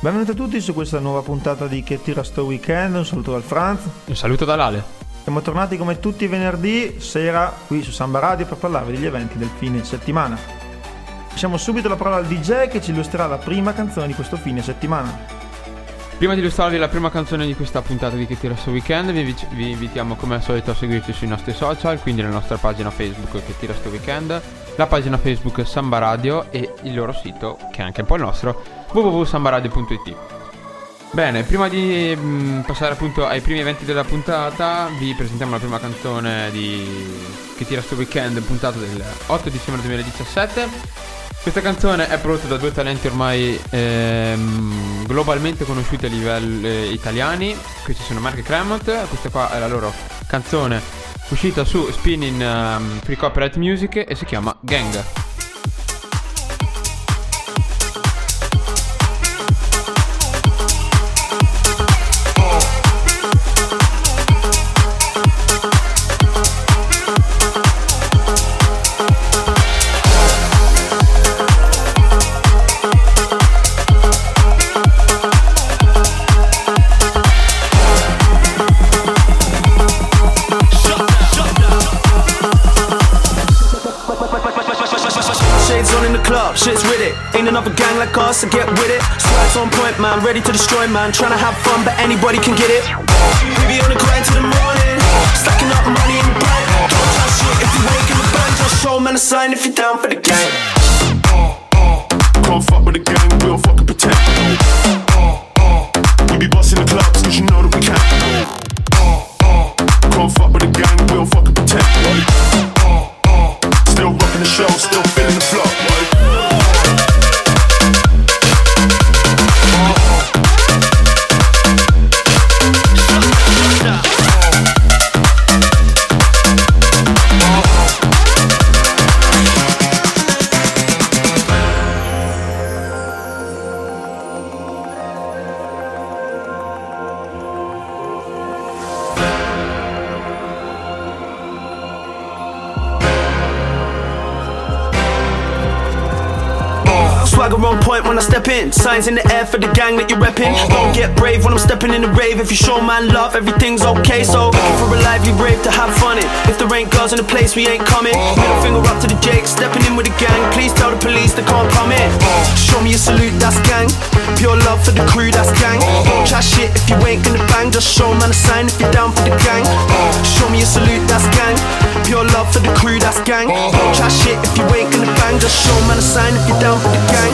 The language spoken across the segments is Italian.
Benvenuti a tutti su questa nuova puntata di Che tira sto weekend. Un saluto dal Franz. Un saluto dall'Ale. Siamo tornati come tutti i venerdì sera qui su Samba Radio per parlarvi degli eventi del fine settimana. Lasciamo subito la parola al DJ che ci illustrerà la prima canzone di questo fine settimana. Prima di illustrarvi la prima canzone di questa puntata di Che tira sto weekend, vi invitiamo come al solito a seguirci sui nostri social, quindi la nostra pagina Facebook Che tira sto weekend, la pagina Facebook Samba Radio e il loro sito, che è anche un po' il nostro, www.sambaradio.it. Bene, prima di passare appunto ai primi eventi della puntata, vi presentiamo la prima canzone di Che tira sto weekend, puntata del 8 dicembre 2017. Questa canzone è prodotta da due talenti ormai globalmente conosciuti a livello italiani. Questi sono Mark e Cremont. Questa qua è la loro canzone uscita su Spinning Free Copyright Music e si chiama Gang. Shit's with it, ain't another gang like us, so get with it. Swag's on point, man, ready to destroy, man. Tryna have fun, but anybody can get it. We be on the grind till the morning, stacking up money in the bank. Don't touch shit if you ain't in the bank. Just show man a sign if you're down for the gang. Can't fuck with the gang, we don't fucking pretend. We be busting the clubs, cause you know that we can. Can't fuck with the gang, we don't fucking pretend. Still rocking the show, still feeling the flow. Swagger on point when I step in. Signs in the air for the gang that you're reppin'. Don't get brave when I'm stepping in the rave. If you show man love, everything's okay. So looking for a lively rave to have fun in. If there ain't girls in the place, we ain't coming. Middle finger up to the Jake, stepping in with the gang. Please tell the police they can't come in. Show me a salute, that's gang. Pure love for the crew, that's gang. Don't chat shit if you ain't gonna bang. Just show man a sign if you're down for the gang. Show me a salute, that's gang. Pure love for the crew, that's gang. Don't chat shit if you ain't gonna bang. Just show man a sign if you're down for the gang.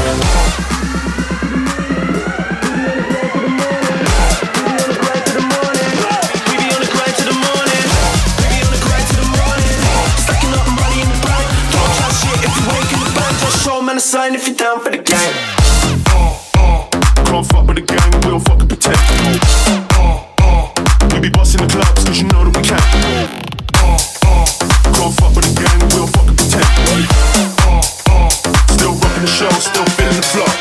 Sign if you're down for the gang. Can't fuck with the gang, we don't fucking pretend. We be busting the clubs, cause you know that we can. Can't fuck with the gang, we don't fucking pretend. Still rocking the show, still feeling the flow.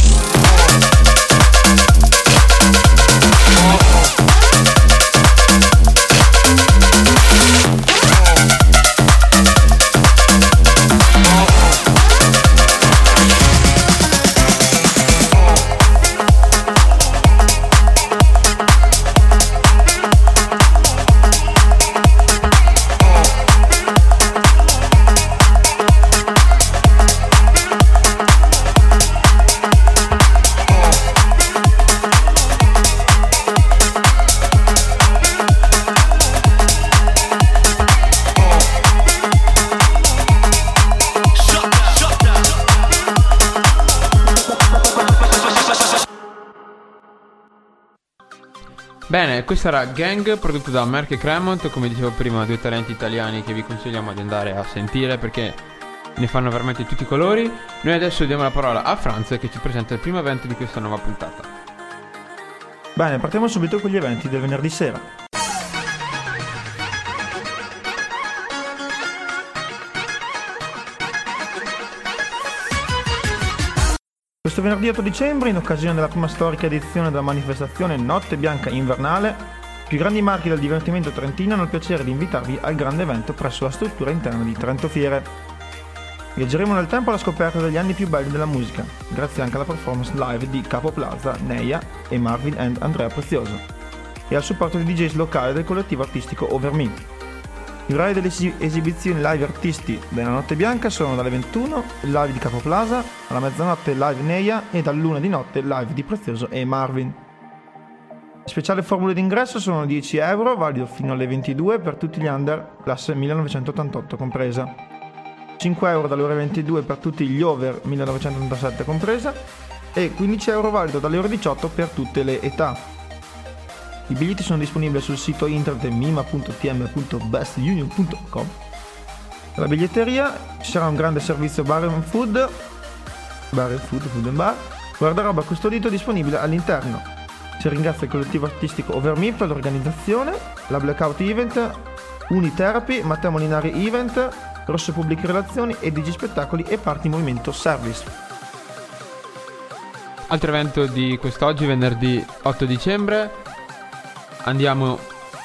Bene, questa era Gang, prodotto da Mark e Cremont, come dicevo prima, due talenti italiani che vi consigliamo di andare a sentire perché ne fanno veramente tutti i colori. Noi adesso diamo la parola a Franz che ci presenta il primo evento di questa nuova puntata. Bene, partiamo subito con gli eventi del venerdì sera. Questo venerdì 8 dicembre, in occasione della prima storica edizione della manifestazione Notte Bianca Invernale, i più grandi marchi del divertimento trentino hanno il piacere di invitarvi al grande evento presso la struttura interna di Trento Fiere. Viaggeremo nel tempo alla scoperta degli anni più belli della musica, grazie anche alla performance live di Capo Plaza, Neia e Marvin and Andrea Prezioso, e al supporto di DJs locali del collettivo artistico Over Me. Gli orari delle esibizioni live artisti della Notte Bianca sono dalle 21 live di Capo Plaza, alla mezzanotte live Neia e dall'1 di notte live di Prezioso e Marvin. Le speciali formule d'ingresso sono 10 euro, valido fino alle 22 per tutti gli under classe 1988 compresa. 5 euro dalle ore 22 per tutti gli over 1987 compresa e 15 euro valido dalle ore 18 per tutte le età. I biglietti sono disponibili sul sito internet mima.tm.bestunion.com. Alla biglietteria ci sarà un grande servizio bar and bar, guardaroba custodito disponibile all'interno. Si ringrazia il collettivo artistico Over Me per l'organizzazione, la Blackout Event, Unitherapy, Matteo Molinari Event, Rosso Pubbliche Relazioni e Digi Spettacoli e Party Movimento Service. Altro evento di quest'oggi, venerdì 8 dicembre, andiamo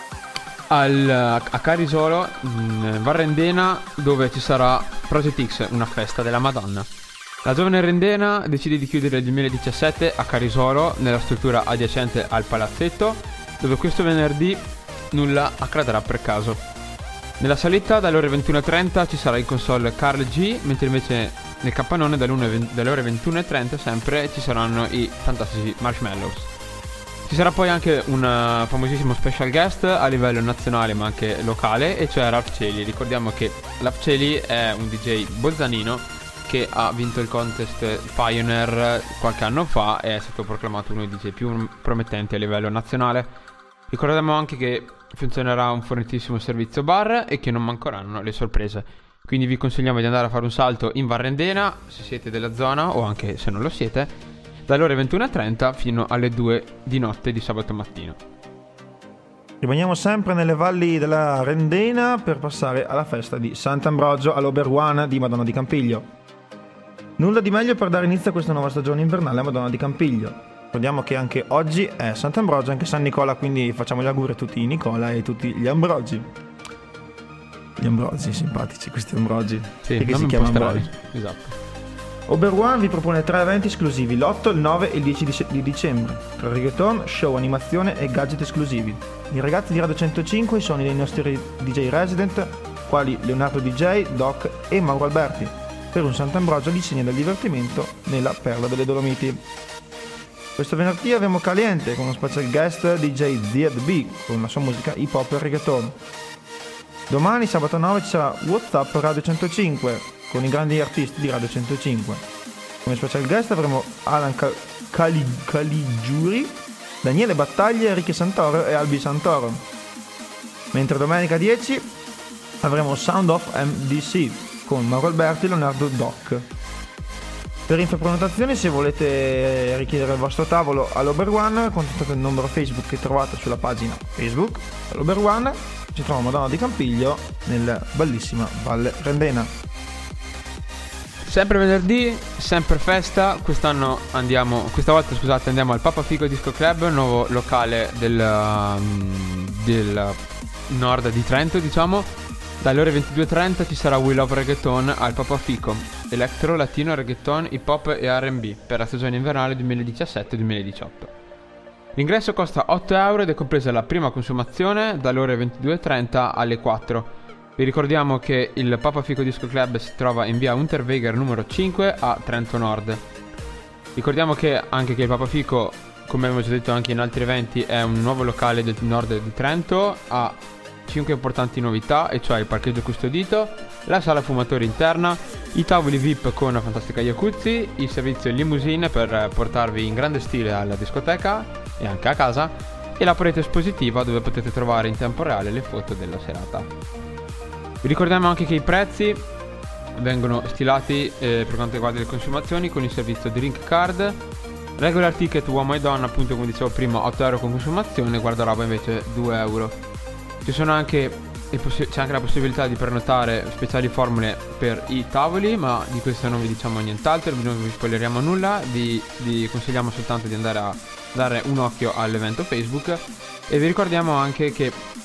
a Carisolo, in Val Rendena, dove ci sarà Project X, una festa della Madonna. La giovane Rendena decide di chiudere il 2017 a Carisolo, nella struttura adiacente al palazzetto, dove questo venerdì nulla accadrà per caso. Nella salita dalle ore 21.30 ci sarà il console Carl G, mentre invece nel capannone dalle ore 21.30 sempre ci saranno i fantastici Marshmallows. Ci sarà poi anche un famosissimo special guest a livello nazionale ma anche locale, e cioè Ralph Celi. Ricordiamo che Ralph Celi è un DJ bolzanino che ha vinto il contest Pioneer qualche anno fa e è stato proclamato uno dei DJ più promettenti a livello nazionale. Ricordiamo anche che funzionerà un fornitissimo servizio bar e che non mancheranno le sorprese. Quindi vi consigliamo di andare a fare un salto in Val Rendena se siete della zona, o anche se non lo siete, dalle ore 21.30 fino alle 2 di notte di sabato mattino. Rimaniamo sempre nelle valli della Rendena per passare alla festa di Sant'Ambrogio all'Oberwan di Madonna di Campiglio. Nulla di meglio per dare inizio a questa nuova stagione invernale a Madonna di Campiglio. Ricordiamo che anche oggi è Sant'Ambrogio, anche San Nicola, quindi facciamo gli auguri a tutti i Nicola e tutti gli Ambrogi. Gli Ambrogi, simpatici questi Ambrogi. Sì, che si chiama Ambrogi. Esatto. Oberwan vi propone 3 eventi esclusivi, l'8, il 9 e il 10 di dicembre. Tra reggaeton, show, animazione e gadget esclusivi. I ragazzi di Radio 105 sono dei nostri DJ resident, quali Leonardo DJ, Doc e Mauro Alberti, per un Sant'Ambrogio all'insegna del divertimento nella Perla delle Dolomiti. Questo venerdì avremo Caliente con uno special guest DJ ZB con la sua musica hip hop e reggaeton. Domani, sabato 9, ci sarà WhatsApp Radio 105 con i grandi artisti di Radio 105. Come special guest avremo Alan Caligiuri, Daniele Battaglia, Enrique Santoro e Albi Santoro. Mentre domenica 10 avremo Sound of MDC con Mauro Alberti e Leonardo Doc. Per info e prenotazioni, se volete richiedere il vostro tavolo all'Oberwan, contattate il numero Facebook che trovate sulla pagina Facebook all'Oberwan. Ci trova Madonna di Campiglio nella bellissima Valle Rendena. Sempre venerdì, sempre festa. Questa volta andiamo al Papa Fico Disco Club, nuovo locale del nord di Trento, diciamo. Dalle ore 22.30 ci sarà We Love Reggaeton al Papa Fico, electro, latino, reggaeton, hip hop e R&B per la stagione invernale 2017-2018. L'ingresso costa 8 euro ed è compresa la prima consumazione dalle ore 22.30 alle 4. Vi ricordiamo che il Papa Fico Disco Club si trova in via Unterweger numero 5 a Trento Nord. Ricordiamo che anche che il Papa Fico, come abbiamo già detto anche in altri eventi, è un nuovo locale del nord di Trento, ha 5 importanti novità, e cioè il parcheggio custodito, la sala fumatori interna, i tavoli VIP con una fantastica jacuzzi, il servizio limousine per portarvi in grande stile alla discoteca e anche a casa, e la parete espositiva dove potete trovare in tempo reale le foto della serata. Vi ricordiamo anche che i prezzi vengono stilati per quanto riguarda le consumazioni con il servizio Drink Card. Regular ticket uomo e donna, appunto come dicevo prima, 8 euro con consumazione, guardaroba invece 2 euro. C'è anche la possibilità di prenotare speciali formule per i tavoli, ma di questo non vi diciamo nient'altro, non vi spoileriamo nulla, vi consigliamo soltanto di andare a dare un occhio all'evento Facebook. E vi ricordiamo anche che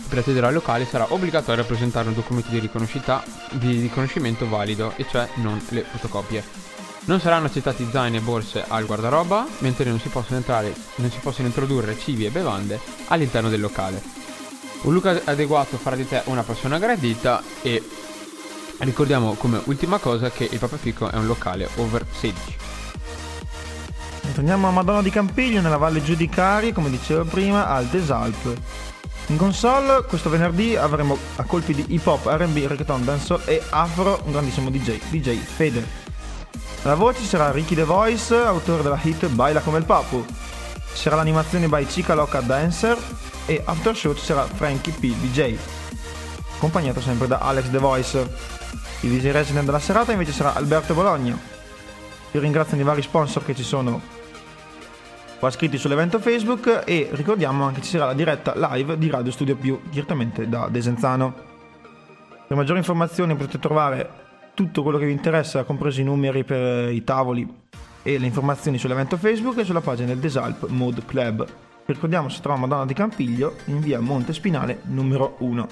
per accedere ai locali sarà obbligatorio presentare un documento di riconoscimento valido, e cioè non le fotocopie. Non saranno accettati zaini e borse al guardaroba, mentre non si possono introdurre cibi e bevande all'interno del locale. Un look adeguato farà di te una persona gradita, e ricordiamo come ultima cosa che il Papa Fico è un locale over 16. Torniamo a Madonna di Campiglio nella Valle Giudicari, come dicevo prima, al Desalp. In console questo venerdì avremo a colpi di hip hop, R&B, reggaeton, dancehall e afro un grandissimo DJ Fede. Alla voce ci sarà Ricky The Voice, autore della hit Baila come il Papu. Ci sarà l'animazione by Chica Loca Dancer e after show ci sarà Frankie P DJ, accompagnato sempre da Alex The Voice. Il DJ resident della serata invece sarà Alberto Bologna. Io ringrazio i vari sponsor che ci sono qua scritti sull'evento Facebook, e ricordiamo anche che ci sarà la diretta live di Radio Studio Più direttamente da Desenzano. Per maggiori informazioni potete trovare tutto quello che vi interessa, compreso i numeri per i tavoli e le informazioni sull'evento Facebook e sulla pagina del Desalp Mood Club. Ricordiamo, si trova Madonna di Campiglio in via Monte Spinale numero 1.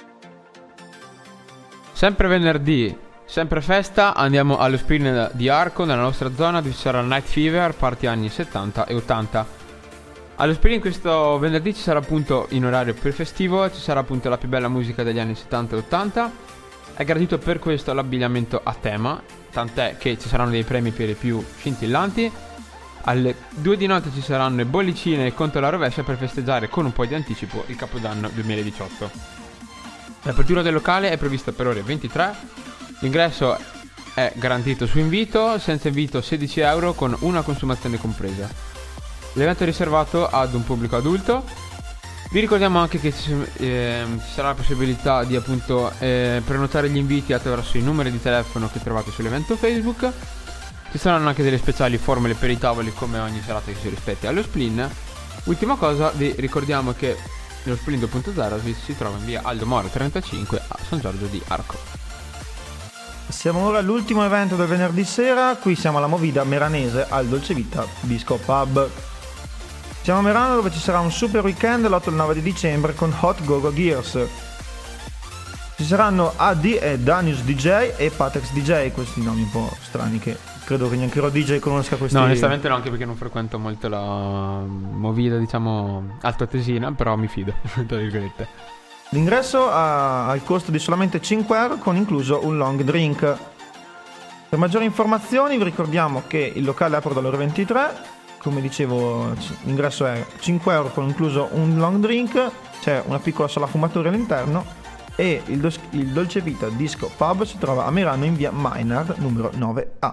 Sempre venerdì, sempre festa, andiamo allo Spleen di Arco, nella nostra zona, dove ci sarà Night Fever, party anni 70 e 80. Allo Spleen questo venerdì ci sarà appunto, in orario prefestivo, ci sarà appunto la più bella musica degli anni 70 e 80. È gradito per questo l'abbigliamento a tema, tant'è che ci saranno dei premi per i più scintillanti. Alle 2 di notte ci saranno le bollicine e conto alla rovescia per festeggiare con un po' di anticipo il Capodanno 2018. L'apertura del locale è prevista per ore 23. L'ingresso è garantito su invito, senza invito 16 euro con una consumazione compresa. L'evento è riservato ad un pubblico adulto. Vi ricordiamo anche che ci sarà la possibilità di appunto prenotare gli inviti attraverso i numeri di telefono che trovate sull'evento Facebook. Ci saranno anche delle speciali formule per i tavoli, come ogni serata che si rispetti allo Spleen. Ultima cosa, vi ricordiamo che lo Spleen 2.0 si trova in via Aldo Moro 35 a San Giorgio di Arco. Siamo ora all'ultimo evento del venerdì sera, qui siamo alla Movida Meranese al Dolce Vita Disco Pub. Siamo a Merano, dove ci sarà un super weekend l'8 e il 9 di dicembre con Hot Go-Go Gears. Ci saranno AD e Danius DJ e Patex DJ, questi nomi un po' strani che credo che neanche Ro DJ conosca questi. No, onestamente no, anche perché non frequento molto la Movida, diciamo, altoatesina, però mi fido, tra virgolette. L'ingresso ha il costo di solamente 5 euro con incluso un long drink. Per maggiori informazioni vi ricordiamo che il locale apre dalle ore 23. Come dicevo, l'ingresso è 5 euro con incluso un long drink, c'è una piccola sala fumatori all'interno, e il Dolce Vita Disco Pub si trova a Merano in via Maynard numero 9A.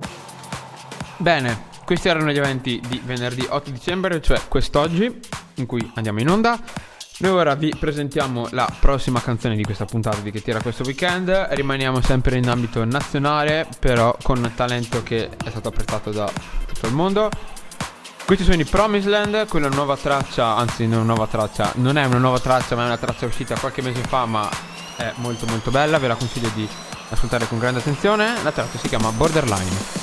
Bene, questi erano gli eventi di venerdì 8 dicembre, cioè quest'oggi, in cui andiamo in onda. Noi ora vi presentiamo la prossima canzone di questa puntata di Che Tira Questo Weekend. Rimaniamo sempre in ambito nazionale, però con talento che è stato apprezzato da tutto il mondo. Questi sono i Promised Land, quella nuova traccia, anzi non una nuova traccia, non è una nuova traccia ma è una traccia uscita qualche mese fa, ma è molto molto bella, ve la consiglio di ascoltare con grande attenzione. La traccia si chiama Borderline.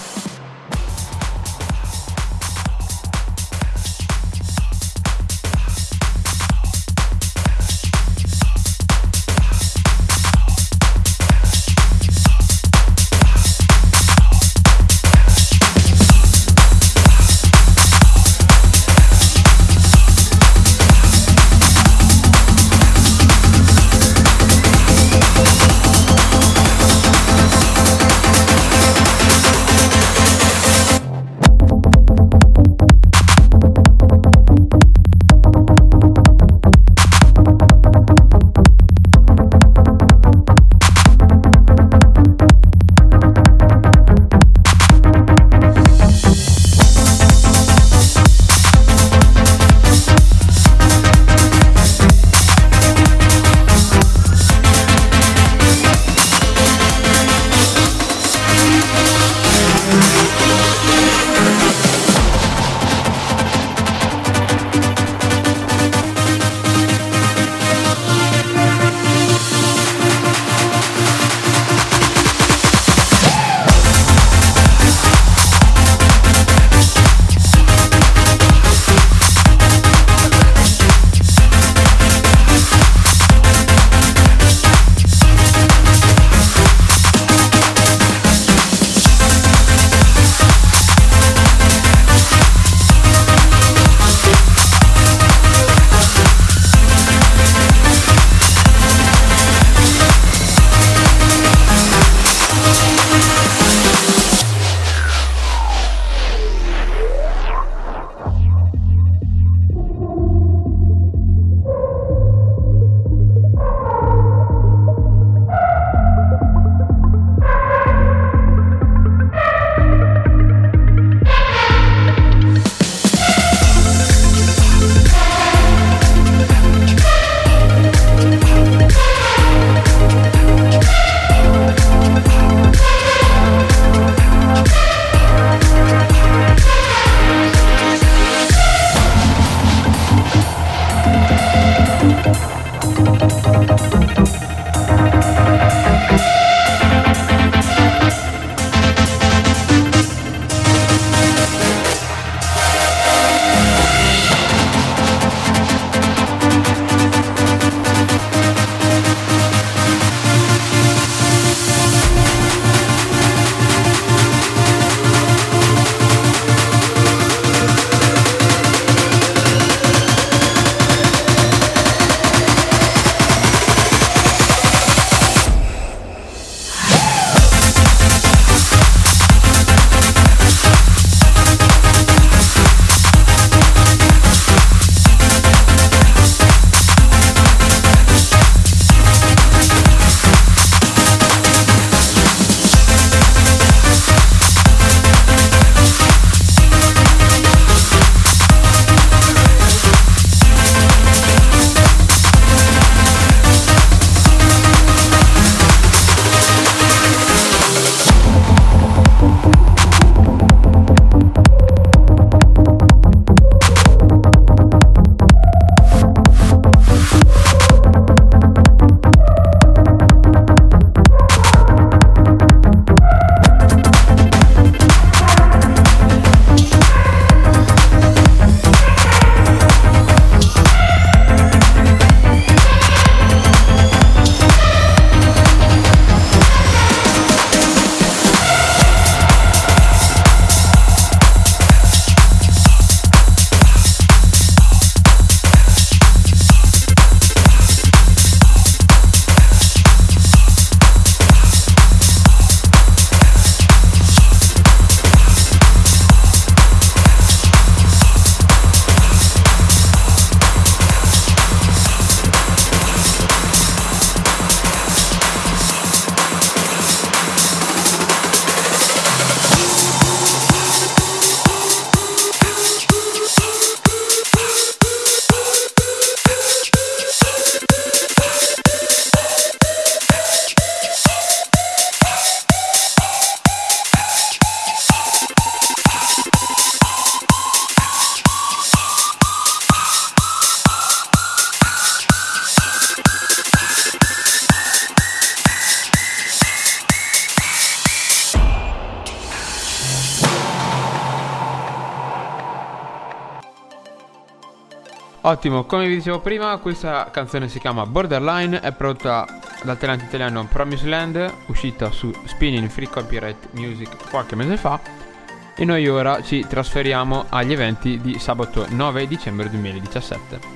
Ottimo, come vi dicevo prima, questa canzone si chiama Borderline, è prodotta dal talento italiano Promised Land, uscita su Spinning Free Copyright Music qualche mese fa, e noi ora ci trasferiamo agli eventi di sabato 9 dicembre 2017.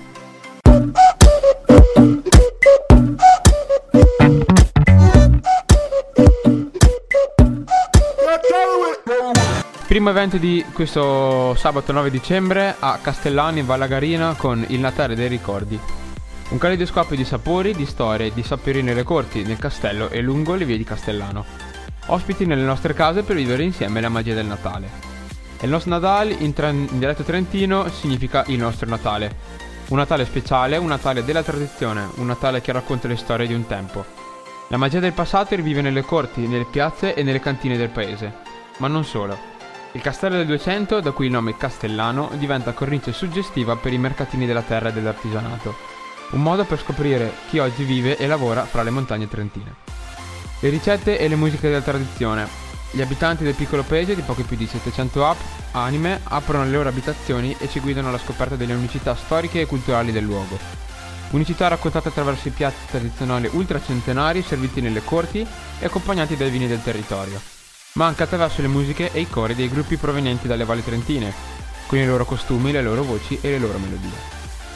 Primo evento di questo sabato 9 dicembre a Castellano in Vallagarina con il Natale dei Ricordi. Un caleidoscopio di sapori, di storie, di sapori nelle corti, nel castello e lungo le vie di Castellano. Ospiti nelle nostre case per vivere insieme la magia del Natale. Il nostro Nadal in dialetto trentino significa il nostro Natale. Un Natale speciale, un Natale della tradizione, un Natale che racconta le storie di un tempo. La magia del passato rivive nelle corti, nelle piazze e nelle cantine del paese. Ma non solo. Il castello del 200, da cui il nome Castellano, diventa cornice suggestiva per i mercatini della terra e dell'artigianato. Un modo per scoprire chi oggi vive e lavora fra le montagne trentine. Le ricette e le musiche della tradizione. Gli abitanti del piccolo paese, di poco più di 700 anime, aprono le loro abitazioni e ci guidano alla scoperta delle unicità storiche e culturali del luogo. Unicità raccontate attraverso i piatti tradizionali ultracentenari serviti nelle corti e accompagnati dai vini del territorio, ma anche attraverso le musiche e i cori dei gruppi provenienti dalle valli trentine, con i loro costumi, le loro voci e le loro melodie.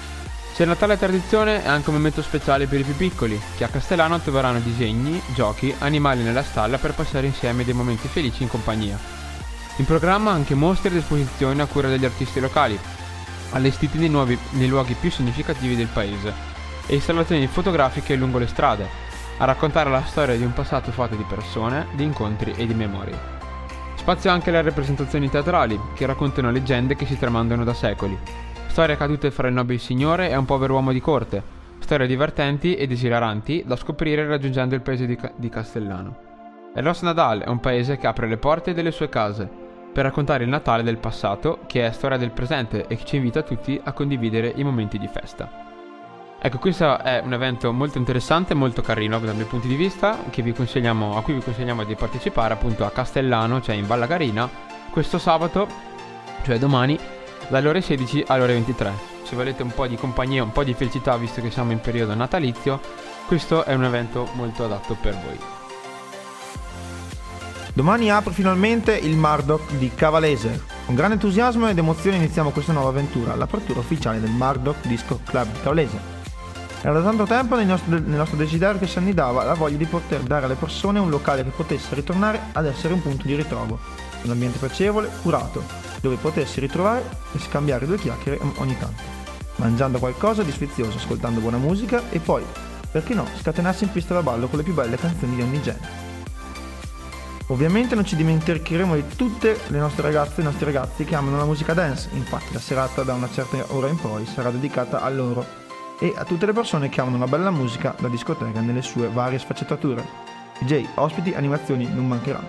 Se il Natale è tradizione, è anche un momento speciale per i più piccoli, che a Castellano troveranno disegni, giochi, animali nella stalla per passare insieme dei momenti felici in compagnia. In programma anche mostre ed esposizioni a cura degli artisti locali, allestiti nei luoghi più significativi del paese, e installazioni fotografiche lungo le strade, a raccontare la storia di un passato fatto di persone, di incontri e di memorie. Spazio anche alle rappresentazioni teatrali, che raccontano leggende che si tramandano da secoli. Storie cadute fra il nobile signore e un povero uomo di corte. Storie divertenti ed esilaranti da scoprire raggiungendo il paese di Castellano. Il nostro Nadal è un paese che apre le porte delle sue case, per raccontare il Natale del passato, che è storia del presente e che ci invita tutti a condividere i momenti di festa. Ecco, questo è un evento molto interessante, molto carino dal mio punto di vista, a cui vi consigliamo di partecipare appunto a Castellano, cioè in Vallagarina, questo sabato, cioè domani, dalle ore 16 alle ore 23. Se volete un po' di compagnia, un po' di felicità, visto che siamo in periodo natalizio, questo è un evento molto adatto per voi. Domani apre finalmente il Marduk di Cavalese. Con grande entusiasmo ed emozione iniziamo questa nuova avventura, l'apertura ufficiale del Marduk Disco Club di Cavalese. Era da tanto tempo nel nostro desiderio che si annidava la voglia di poter dare alle persone un locale che potesse ritornare ad essere un punto di ritrovo, un ambiente piacevole, curato, dove potessi ritrovare e scambiare due chiacchiere ogni tanto, mangiando qualcosa di sfizioso, ascoltando buona musica e poi, perché no, scatenarsi in pista da ballo con le più belle canzoni di ogni genere. Ovviamente non ci dimenticheremo di tutte le nostre ragazze e i nostri ragazzi che amano la musica dance, infatti la serata da una certa ora in poi sarà dedicata a loro e a tutte le persone che amano una bella musica da discoteca nelle sue varie sfaccettature. DJ, ospiti, animazioni non mancheranno.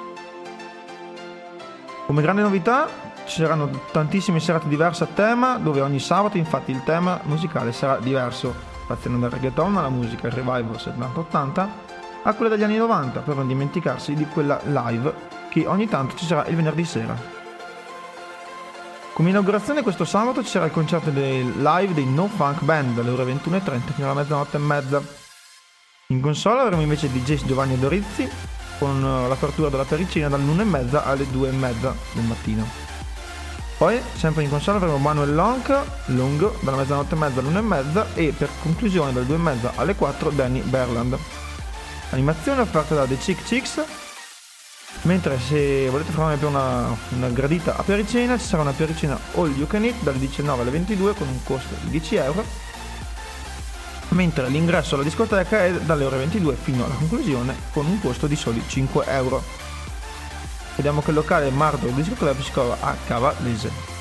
Come grande novità ci saranno tantissime serate diverse a tema, dove ogni sabato infatti il tema musicale sarà diverso, passando dal reggaeton alla musica revival 70-80 a quella degli anni 90, per non dimenticarsi di quella live che ogni tanto ci sarà il venerdì sera. Come inaugurazione questo sabato ci sarà il concerto live dei No Funk Band dalle ore 21:30 fino alla mezzanotte e mezza. In console avremo invece DJ Giovanni Dorizzi con l'apertura della pericena dall'1:30 alle 2:30 del mattino. Poi sempre in console avremo Manuel Long dalla mezzanotte e mezza all'1:30 e per conclusione dalle 2:30 alle 4 Danny Berland. Animazione offerta da The Chick Chicks. Mentre se volete fermarvi per una gradita apericena, ci sarà una apericena all you can eat dalle 19 alle 22 con un costo di 10 euro, mentre l'ingresso alla discoteca è dalle ore 22 fino alla conclusione con un costo di soli 5 euro. Vediamo che il locale Marduk Disco Club si trova a Cavalese.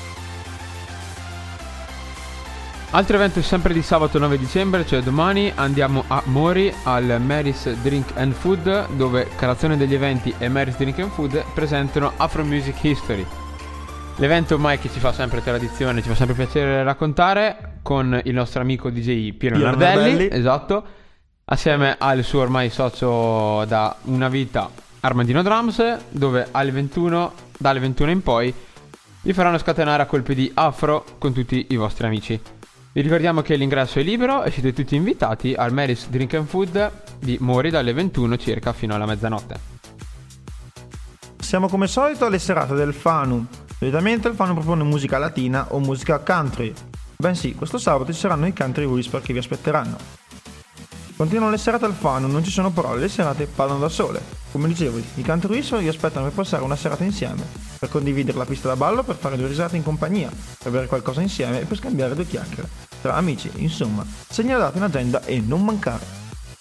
Altro evento sempre di sabato 9 dicembre, cioè domani, andiamo a Mori al Mary's Drink and Food, dove Calazione degli Eventi e Mary's Drink and Food presentano Afro Music History. L'evento ormai che ci fa sempre tradizione, ci fa sempre piacere raccontare, con il nostro amico DJ Piero Nardelli, esatto, assieme al suo ormai socio da una vita Armandino Drums, dove dalle 21 in poi vi faranno scatenare a colpi di afro con tutti i vostri amici. Vi Vi ricordiamo che l'ingresso è libero e siete tutti invitati al Mary's Drink and Food di Mori dalle 21 circa fino alla mezzanotte. Siamo come solito alle serate del Fanu. Solitamente il Fanu propone musica latina o musica country. Bensì, questo sabato ci saranno i Country Whisper che vi aspetteranno. Continuano le serate al Fanu, non ci sono parole, le serate parlano da sole. Come dicevo, i Country Whisper vi aspettano per passare una serata insieme, per condividere la pista da ballo, per fare 2 risate in compagnia, per bere qualcosa insieme e per scambiare 2 chiacchiere. Tra amici, insomma, segnalate in agenda e non mancare.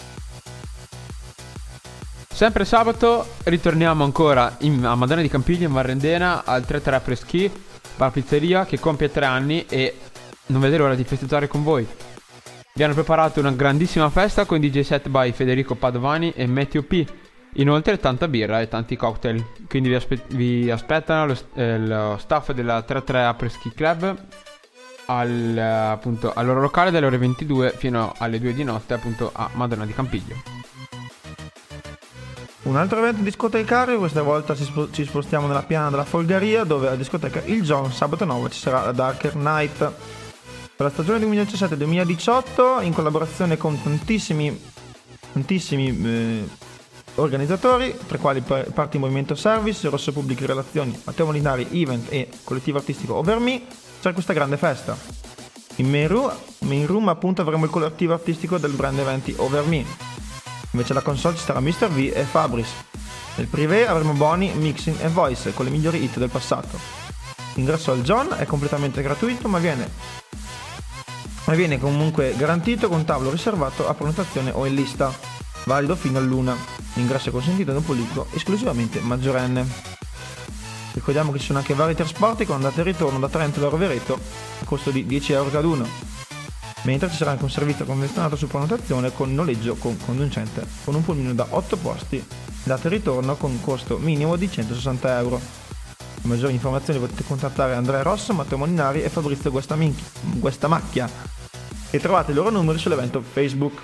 Sempre sabato ritorniamo ancora a Madonna di Campiglio in Marrendena al 33 Preschi, bar pizzeria che compie 3 anni e non vede l'ora di festeggiare con voi. Vi hanno preparato una grandissima festa con DJ set by Federico Padovani e Matteo P. Inoltre tanta birra e tanti cocktail. Quindi vi aspettano lo staff della 33 Apres Ski Club al loro locale dalle ore 22 fino alle 2 di notte appunto a Madonna di Campiglio. Un altro evento discotecario, questa volta ci spostiamo nella piana della Folgaria, dove alla discoteca Il John sabato 9 ci sarà la Darker Night. Per la stagione 2017-2018, in collaborazione con tantissimi organizzatori, tra i quali Party Movimento Service, Rosso Pubbliche Relazioni, Matteo Molinari Event e collettivo artistico Over Me, c'è questa grande festa. In main room appunto avremo il collettivo artistico del brand eventi Over Me. Invece alla console ci sarà Mr. V e Fabris. Nel privé avremo Bonnie, Mixing e Voice con le migliori hit del passato. L'ingresso al John è completamente gratuito ma viene comunque garantito con tavolo riservato a prenotazione o in lista, valido fino all'1. L'ingresso è consentito da un pubblico esclusivamente maggiorenne. Ricordiamo che ci sono anche vari trasporti con andata e ritorno da Trento a Rovereto a costo di 10 euro ad uno, mentre ci sarà anche un servizio convenzionato su prenotazione con noleggio con conducente, con un pulmino da 8 posti, andata e ritorno con costo minimo di 160 euro. Per maggiori informazioni potete contattare Andrea Rosso, Matteo Molinari e Fabrizio Guestamacchia e trovate i loro numeri sull'evento Facebook.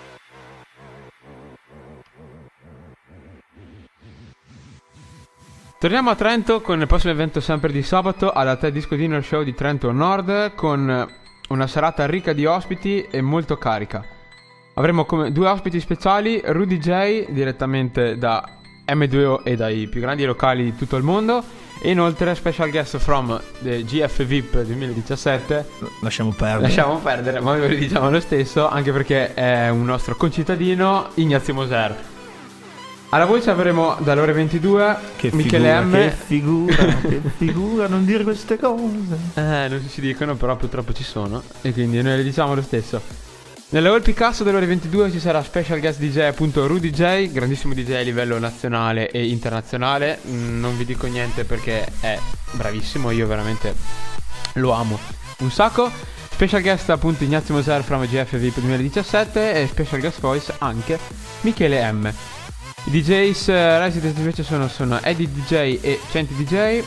Torniamo a Trento con il prossimo evento sempre di sabato alla Te Disco Dinner Show di Trento Nord con una serata ricca di ospiti e molto carica. Avremo come 2 ospiti speciali Rudy J direttamente da M2O e dai più grandi locali di tutto il mondo e inoltre special guest from the GF VIP 2017. Lasciamo perdere, ma ve lo diciamo lo stesso, anche perché è un nostro concittadino, Ignazio Moser. Alla voce avremo dalle ore 22 Michele M. Che figura, non dire queste cose. Non si dicono, però purtroppo ci sono e quindi noi le diciamo lo stesso. Nella Hall Picasso delle ore 22 ci sarà special guest DJ appunto Rudy J, grandissimo DJ a livello nazionale e internazionale. Non vi dico niente perché è bravissimo, io veramente lo amo un sacco. Special guest appunto Ignazio Moser from GF VIP 2017 e special guest voice anche Michele M. I DJs resident invece sono Eddie DJ e Centi DJ.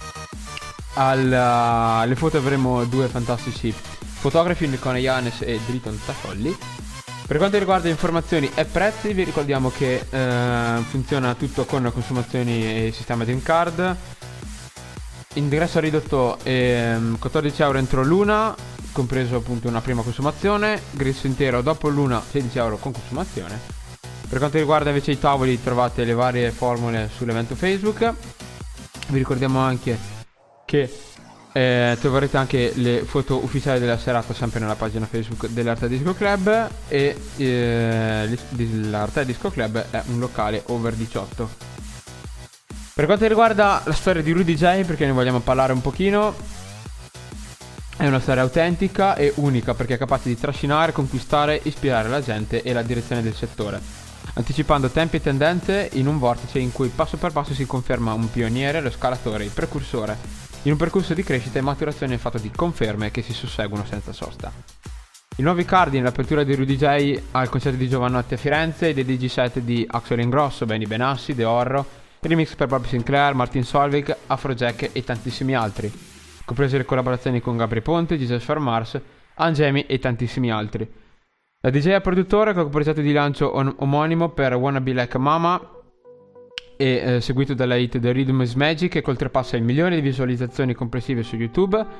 Alle foto avremo 2 fantastici fotografi, Nicone Yanes e Driton Tafolli. Per quanto riguarda informazioni e prezzi, vi ricordiamo che funziona tutto con consumazioni e sistema Dream Card. Ingresso ridotto 14 euro entro l'una, compreso appunto una prima consumazione. Ingresso intero dopo l'una 16 euro con consumazione. Per quanto riguarda invece i tavoli, trovate le varie formule sull'evento Facebook. Vi ricordiamo anche che troverete anche le foto ufficiali della serata sempre nella pagina Facebook dell'Arte Disco Club e l'Arte Disco Club è un locale over 18. Per quanto riguarda la storia di Rudy J, perché ne vogliamo parlare un pochino, è una storia autentica e unica perché è capace di trascinare, conquistare, ispirare la gente e la direzione del settore, anticipando tempi e tendenze in un vortice in cui passo per passo si conferma un pioniere, lo scalatore, il precursore in un percorso di crescita e maturazione fatto di conferme che si susseguono senza sosta. I nuovi cardini, l'apertura di Rudy J al concerto di Giovanotti a Firenze e dei DJ set di Axel Ingrosso, Benny Benassi, De Orro, remix per Bobby Sinclair, Martin Solveig, Afrojack e tantissimi altri, comprese le collaborazioni con Gabri Ponte, Jesus for Mars, Angemi e tantissimi altri. Da DJ a produttore con il progetto di lancio omonimo per Wanna Be Like Mama e seguito dalla hit The Rhythm is Magic che oltrepassa il 1 milione di visualizzazioni complessive su YouTube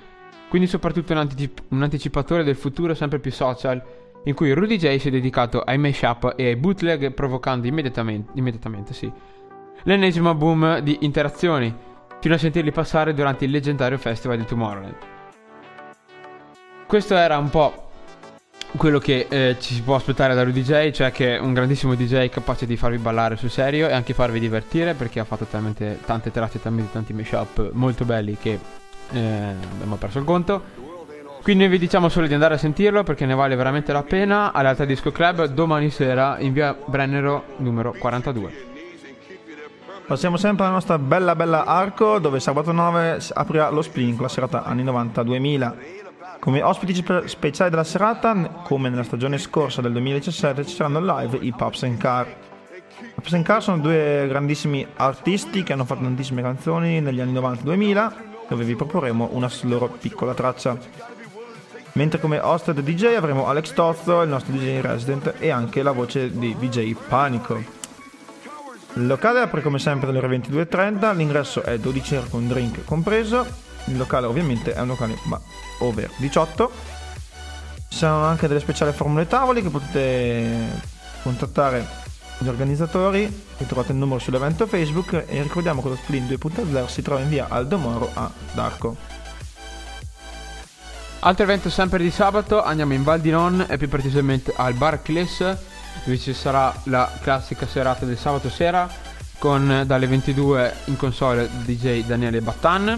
quindi soprattutto un anticipatore del futuro sempre più social, in cui Rudy J si è dedicato ai mashup e ai bootleg, provocando immediatamente l'ennesimo boom di interazioni, fino a sentirli passare durante il leggendario festival di Tomorrowland. Questo era un po' quello che ci si può aspettare da Rudy J, cioè che è un grandissimo DJ capace di farvi ballare sul serio e anche farvi divertire, perché ha fatto talmente tante tracce, talmente tanti mashup molto belli che abbiamo perso il conto. Quindi vi diciamo solo di andare a sentirlo, perché ne vale veramente la pena, all'Alta Disco Club domani sera in via Brennero numero 42. Passiamo sempre alla nostra bella Arco, dove sabato 9 aprirà lo Splink, la serata anni 90-2000. Come ospiti speciali della serata, come nella stagione scorsa del 2017, ci saranno live i Pups and Car. I Pups and Car sono due grandissimi artisti che hanno fatto tantissime canzoni negli anni 90-2000, dove vi proporremo una loro piccola traccia. Mentre come hosted DJ avremo Alex Tozzo, il nostro DJ resident, e anche la voce di DJ Panico. Il locale apre come sempre dalle ore 22:30, l'ingresso è 12 euro con drink compreso. Il locale ovviamente è un locale over 18. Ci saranno anche delle speciali formule tavoli che potete contattare gli organizzatori, che trovate il numero sull'evento Facebook, e ricordiamo che lo Splin 2.0 si trova in via Aldo Moro ad Arco. Altro evento sempre di sabato, andiamo in Val di Non e più precisamente al Bar Cles, dove ci sarà la classica serata del sabato sera con dalle 22 in console DJ Daniele Battan.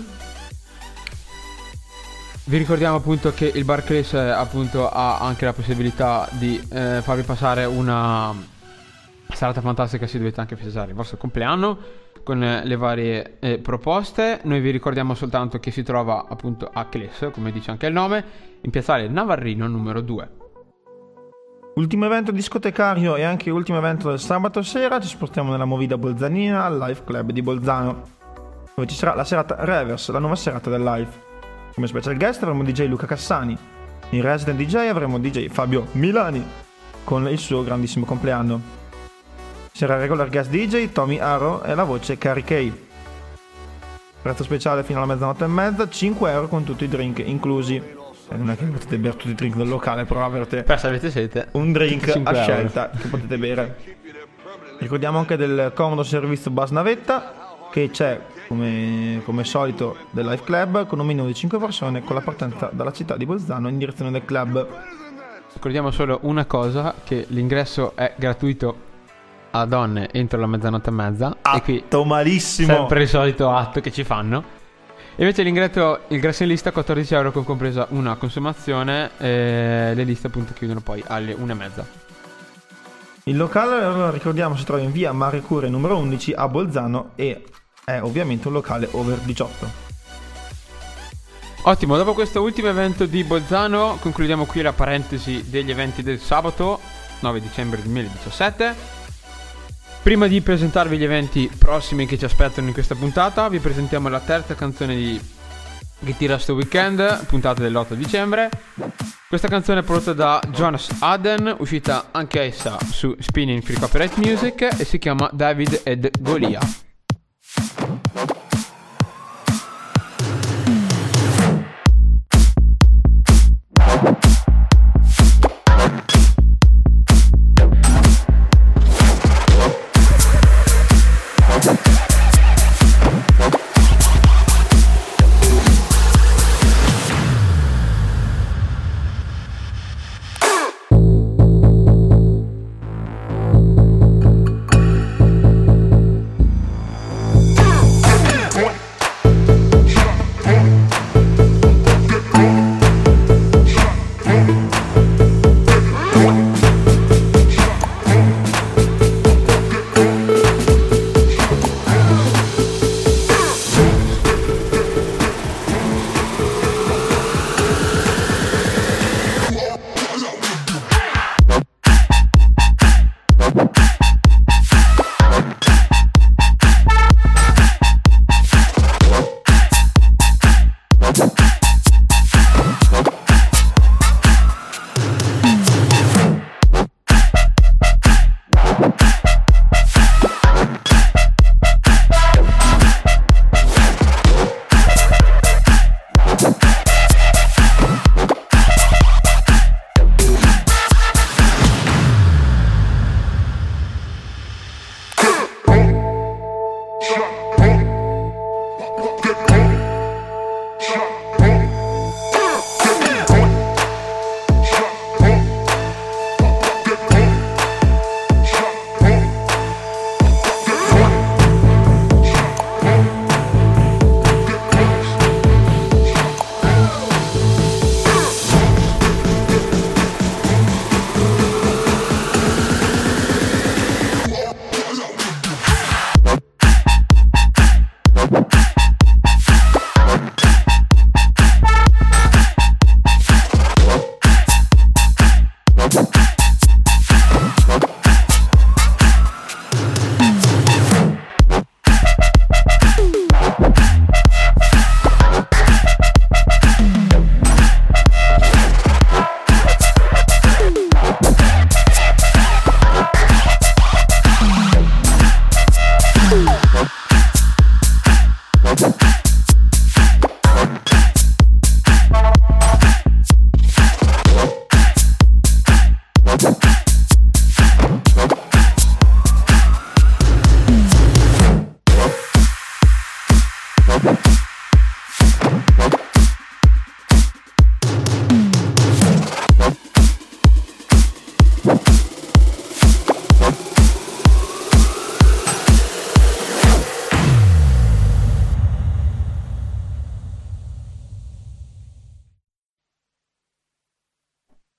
Vi ricordiamo appunto che il Bar Cles appunto ha anche la possibilità di farvi passare una serata fantastica se dovete anche festeggiare il vostro compleanno con le varie proposte. Noi vi ricordiamo soltanto che si trova appunto a Cles, come dice anche il nome, in piazzale Navarrino numero 2. Ultimo evento discotecario e anche ultimo evento del sabato sera, ci spostiamo nella Movida Bolzanina al Live Club di Bolzano, dove ci sarà la serata Reverse, la nuova serata del live. Come special guest avremo DJ Luca Cassani, in resident DJ avremo DJ Fabio Milani con il suo grandissimo compleanno. Sarà regular guest DJ Tommy Arrow e la voce Carrie Kay. Prezzo speciale fino alla mezzanotte e mezza, 5 euro con tutti i drink inclusi. Non è che potete bere tutti i drink del locale, però avete se avete sete un drink a euro. scelta che potete bere. Ricordiamo anche del comodo servizio bus navetta che c'è come solito del Live Club, con un minimo di 5 persone, con la partenza dalla città di Bolzano in direzione del club. Ricordiamo solo una cosa, che l'ingresso è gratuito a donne entro la mezzanotte e mezza. Atto e qui malissimo, sempre il solito atto che ci fanno. Invece l'ingresso in lista 14 euro con compresa una consumazione, le liste appunto chiudono poi alle 1:30. Il locale, ricordiamo, si trova in via Mario Curie numero 11 a Bolzano e è ovviamente un locale over 18. Ottimo, dopo questo ultimo evento di Bolzano concludiamo qui la parentesi degli eventi del sabato 9 dicembre 2017. Prima di presentarvi gli eventi prossimi che ci aspettano in questa puntata, vi presentiamo la terza canzone di Get It Last Weekend, puntata dell'8 dicembre. Questa canzone è prodotta da Jonas Aden, uscita anche essa su Spinning Free Copyright Music, e si chiama David ed Goliath.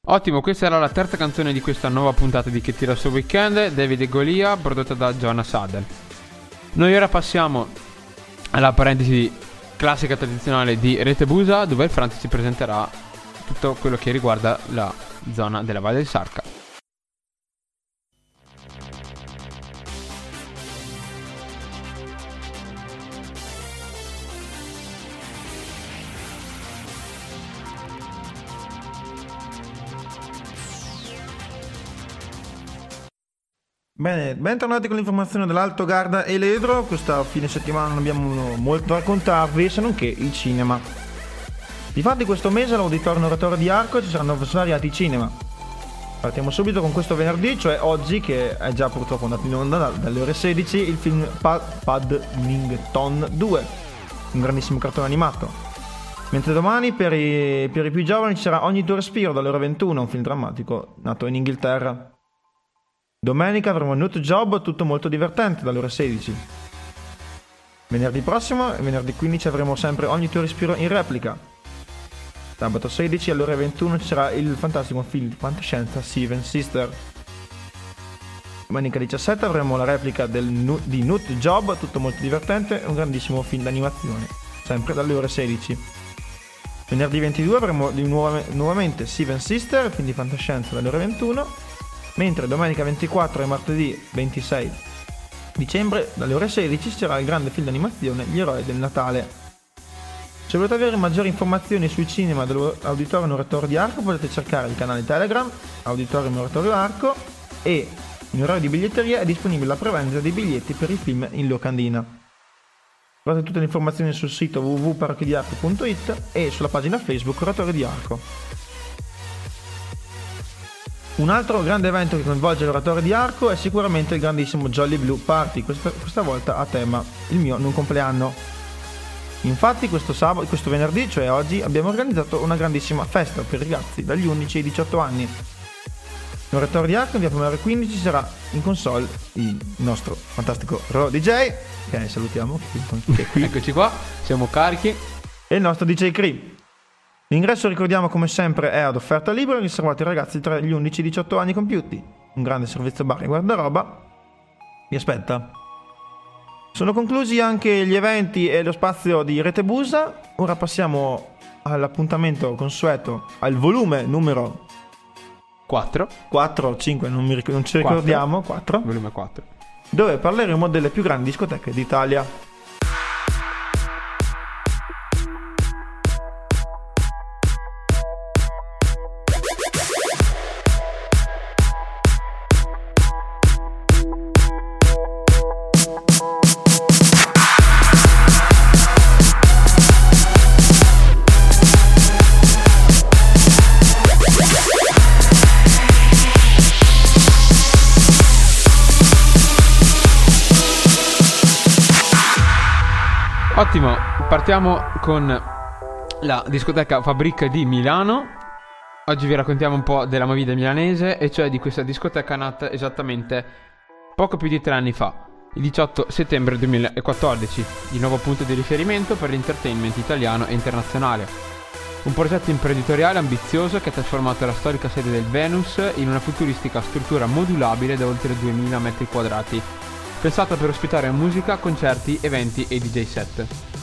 Ottimo, questa era la terza canzone di questa nuova puntata di Che tira sul weekend, David e Golia, prodotta da Jonas Adel. Noi ora passiamo alla parentesi classica tradizionale di Rete Busa, dove il Franti ci presenterà tutto quello che riguarda la zona della Valle del Sarca. Bene, bentornati con l'informazione dell'Alto Garda e Ledro. Questa fine settimana non abbiamo molto da raccontarvi, se non che il cinema. Difatti questo mese all'Auditorium Oratorio di Arco ci saranno svariati cinema. Partiamo subito con questo venerdì, cioè oggi, che è già purtroppo andato in onda dalle ore 16, il film Paddington 2, un grandissimo cartone animato. Mentre domani per i più giovani ci sarà Ogni tuo respiro dalle ore 21, un film drammatico nato in Inghilterra. Domenica avremo Nut Job, tutto molto divertente, dalle ore 16. Venerdì prossimo, venerdì 15, avremo sempre Ogni tuo respiro in replica. Sabato 16 alle ore 21 ci sarà il fantastico film di fantascienza Seven Sister. Domenica 17 avremo la replica di Nut Job, tutto molto divertente, un grandissimo film d'animazione, sempre dalle ore 16. Venerdì 22 avremo nuovamente Seven Sister, film di fantascienza dalle ore 21. Mentre domenica 24 e martedì 26 dicembre dalle ore 16 ci sarà il grande film d'animazione Gli eroi del Natale. Se volete avere maggiori informazioni sui cinema dell'Auditorium Oratorio di Arco potete cercare il canale Telegram Auditorium Oratorio Arco, e in orario di biglietteria è disponibile la prevendita dei biglietti per i film in locandina. Trovate tutte le informazioni sul sito www.parrocchiadiarco.it e sulla pagina Facebook Oratorio di Arco. Un altro grande evento che coinvolge l'Oratorio di Arco è sicuramente il grandissimo Jolly Blue Party, questa volta a tema il mio non compleanno. Infatti questo venerdì, cioè oggi, abbiamo organizzato una grandissima festa per ragazzi dagli 11 ai 18 anni. L'Oratorio di Arco in via Pomero 15 sarà in console il nostro fantastico Ro DJ, che salutiamo, che è qui. Eccoci qua, siamo carichi. E il nostro DJ Cree. L'ingresso, ricordiamo, come sempre è ad offerta libera, riservato ai ragazzi tra gli 11 e i 18 anni compiuti. Un grande servizio bar e guardaroba vi aspetta. Sono conclusi anche gli eventi e lo spazio di Rete Busa. Ora passiamo all'appuntamento consueto, al volume numero 4 o 5, non ci ricordiamo, 4. Volume 4. Dove parleremo delle più grandi discoteche d'Italia. Ottimo, partiamo con la discoteca Fabric di Milano. Oggi vi raccontiamo un po' della movida milanese, e cioè di questa discoteca nata esattamente poco più di 3 anni fa, il 18 settembre 2014, il nuovo punto di riferimento per l'entertainment italiano e internazionale. Un progetto imprenditoriale ambizioso che ha trasformato la storica sede del Venus in una futuristica struttura modulabile da oltre 2000 metri quadrati, pensata per ospitare musica, concerti, eventi e DJ set.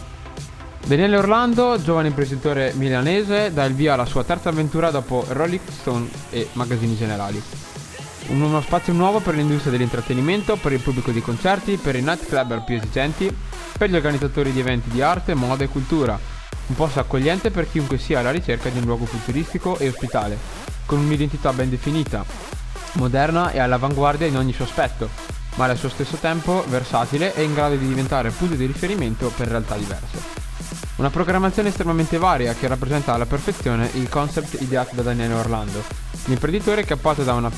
Daniele Orlando, giovane imprenditore milanese, dà il via alla sua terza avventura dopo Rolling Stone e magazzini generali. Uno spazio nuovo per l'industria dell'intrattenimento, per il pubblico di concerti, per i nightclubber più esigenti, per gli organizzatori di eventi di arte, moda e cultura. Un posto accogliente per chiunque sia alla ricerca di un luogo futuristico e ospitale, con un'identità ben definita, moderna e all'avanguardia in ogni suo aspetto, ma allo stesso tempo versatile e in grado di diventare punto di riferimento per realtà diverse. Una programmazione estremamente varia che rappresenta alla perfezione il concept ideato da Daniele Orlando, l'imprenditore che appoggiato da una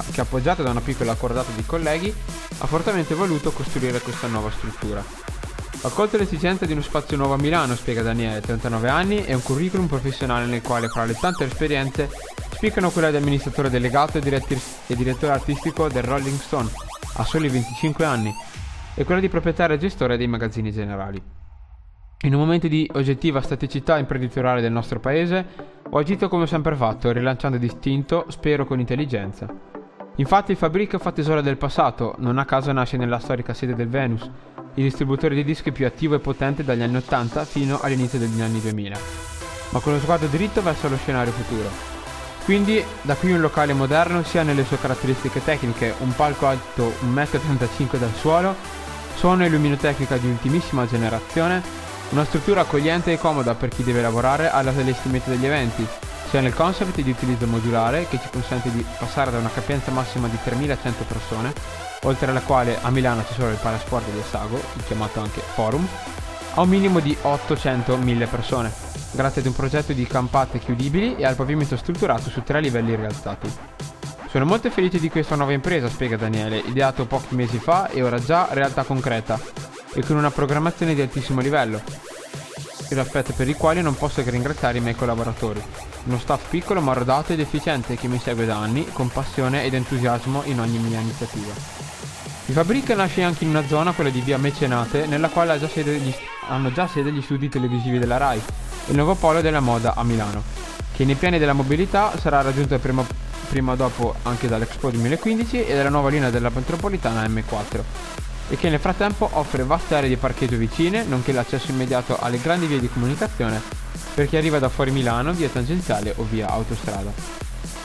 piccola cordata di colleghi ha fortemente voluto costruire questa nuova struttura. Ho colto l'esigenza di uno spazio nuovo a Milano, spiega Daniele, 39 anni, e un curriculum professionale nel quale fra le tante esperienze spiccano quella di amministratore delegato e direttore artistico del Rolling Stone, a soli 25 anni, e quella di proprietario e gestore dei magazzini generali. In un momento di oggettiva staticità imprenditoriale del nostro paese, ho agito come ho sempre fatto, rilanciando distinto, spero con intelligenza. Infatti il Fabric fa tesoro del passato, non a caso nasce nella storica sede del Venus, il distributore di dischi più attivo e potente dagli anni 80 fino all'inizio degli anni 2000, ma con lo sguardo dritto verso lo scenario futuro. Quindi da qui un locale moderno sia nelle sue caratteristiche tecniche, un palco alto 1,35 m dal suolo, suono e luminotecnica di ultimissima generazione, una struttura accogliente e comoda per chi deve lavorare all'allestimento degli eventi, sia nel concept di utilizzo modulare che ci consente di passare da una capienza massima di 3.100 persone, oltre alla quale a Milano c'è solo il Palasport del Sago, chiamato anche Forum, a un minimo di 800.000 persone, grazie ad un progetto di campate chiudibili e al pavimento strutturato su 3 livelli rialzati. Sono molto felice di questa nuova impresa, spiega Daniele, ideato pochi mesi fa e ora già realtà concreta, e con una programmazione di altissimo livello, e l'aspetto per i quali non posso che ringraziare i miei collaboratori, uno staff piccolo ma rodato ed efficiente che mi segue da anni con passione ed entusiasmo in ogni mia iniziativa. Il Fabric nasce anche in una zona, quella di via Mecenate, nella quale hanno già sede gli studi televisivi della RAI, il nuovo polo della moda a Milano, che nei piani della mobilità sarà raggiunto prima o dopo anche dall'Expo 2015 e dalla nuova linea della metropolitana M4, e che nel frattempo offre vaste aree di parcheggio vicine, nonché l'accesso immediato alle grandi vie di comunicazione per chi arriva da fuori Milano, via tangenziale o via autostrada.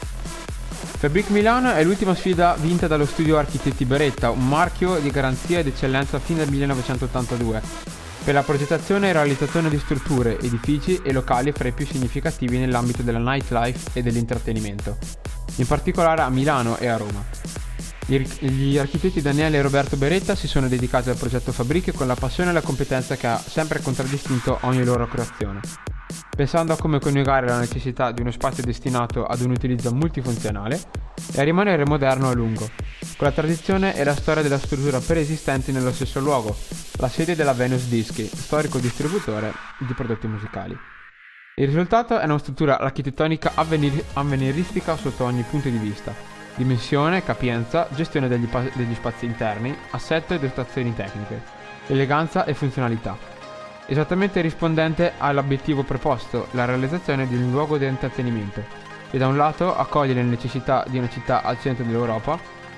Fabric Milano è l'ultima sfida vinta dallo studio Architetti Beretta, un marchio di garanzia ed eccellenza fin dal 1982, per la progettazione e realizzazione di strutture, edifici e locali fra i più significativi nell'ambito della nightlife e dell'intrattenimento, in particolare a Milano e a Roma. Gli architetti Daniele e Roberto Beretta si sono dedicati al progetto Fabric con la passione e la competenza che ha sempre contraddistinto ogni loro creazione, pensando a come coniugare la necessità di uno spazio destinato ad un utilizzo multifunzionale e a rimanere moderno a lungo, con la tradizione e la storia della struttura preesistenti nello stesso luogo, la sede della Venus Dischi, storico distributore di prodotti musicali. Il risultato è una struttura architettonica avveniristica sotto ogni punto di vista: dimensione, capienza, gestione degli spazi interni, assetto e dotazioni tecniche, eleganza e funzionalità. Esattamente rispondente all'obiettivo preposto, la realizzazione di un luogo di intrattenimento, che da un lato accoglie le necessità di una città al centro dell'Europa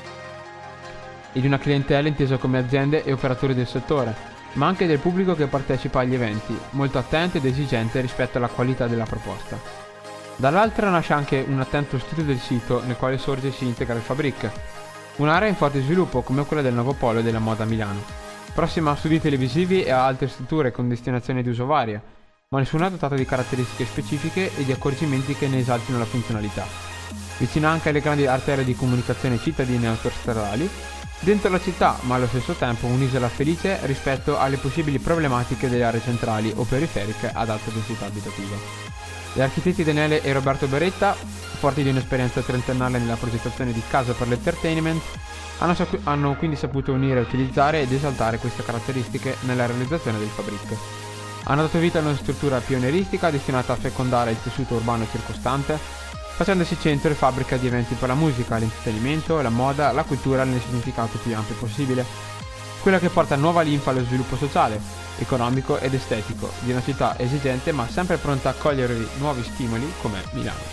e di una clientela intesa come aziende e operatori del settore, ma anche del pubblico che partecipa agli eventi, molto attento ed esigente rispetto alla qualità della proposta. Dall'altra nasce anche un attento studio del sito nel quale sorge e si integra il Fabric, un'area in forte sviluppo come quella del nuovo polo della moda a Milano, prossima a studi televisivi e a altre strutture con destinazione di uso varia, ma nessuna dotata di caratteristiche specifiche e di accorgimenti che ne esaltino la funzionalità. Vicina anche alle grandi arterie di comunicazione cittadine e autostradali, dentro la città, ma allo stesso tempo un'isola felice rispetto alle possibili problematiche delle aree centrali o periferiche ad alta densità abitativa. Gli architetti Daniele e Roberto Beretta, forti di un'esperienza trentennale nella progettazione di case per l'entertainment, hanno quindi saputo unire, utilizzare ed esaltare queste caratteristiche nella realizzazione del Fabric. Hanno dato vita a una struttura pionieristica destinata a fecondare il tessuto urbano circostante, facendosi centro e fabbrica di eventi per la musica, l'intrattenimento, la moda, la cultura nel significato più ampio possibile, quella che porta nuova linfa allo sviluppo sociale, economico ed estetico di una città esigente ma sempre pronta a cogliere nuovi stimoli come Milano.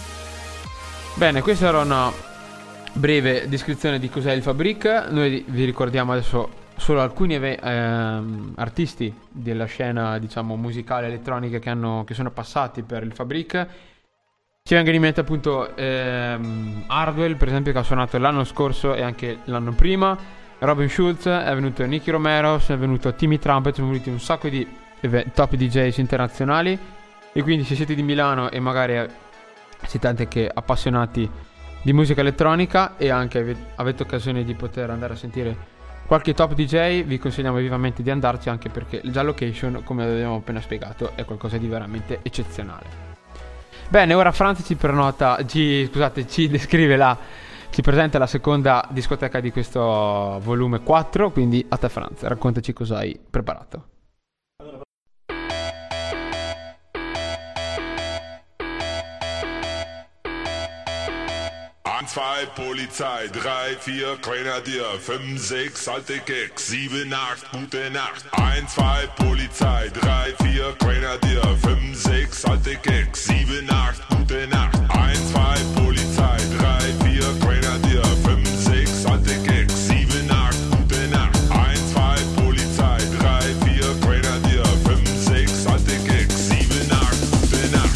Bene, questa era una breve descrizione di cos'è il Fabric. Noi vi ricordiamo adesso solo alcuni artisti della scena, diciamo, musicale elettronica che sono passati per il Fabric. Ci vengono in mente appunto Hardwell, per esempio, che ha suonato l'anno scorso e anche l'anno prima. Robin Schulz, è venuto Nicky Romero, è venuto Timmy Trumpet, sono venuti un sacco di top DJs internazionali. E quindi se siete di Milano e magari siete anche appassionati di musica elettronica e anche avete occasione di poter andare a sentire qualche top DJ, vi consigliamo vivamente di andarci, anche perché già location, come abbiamo appena spiegato, è qualcosa di veramente eccezionale. Bene, ora Franz ci descrive ci presenta la seconda discoteca di questo volume 4, quindi a te Franz, raccontaci cosa hai preparato. 2, Polizei, 3, 4, Grenadier, 5, 6, alte Keks, 7, 8, gute Nacht. 1, 2, Polizei, 3, 4, Grenadier, 5, 6, alte Keks, 7, 8, gute Nacht. 1, 2, Polizei, 3, 4, Grenadier, 5, 6, alte Keks, 7, 8, gute Nacht. 1, 2, Polizei, 3, 4, Grenadier, 5, 6, alte Keks, 7, 8, gute Nacht.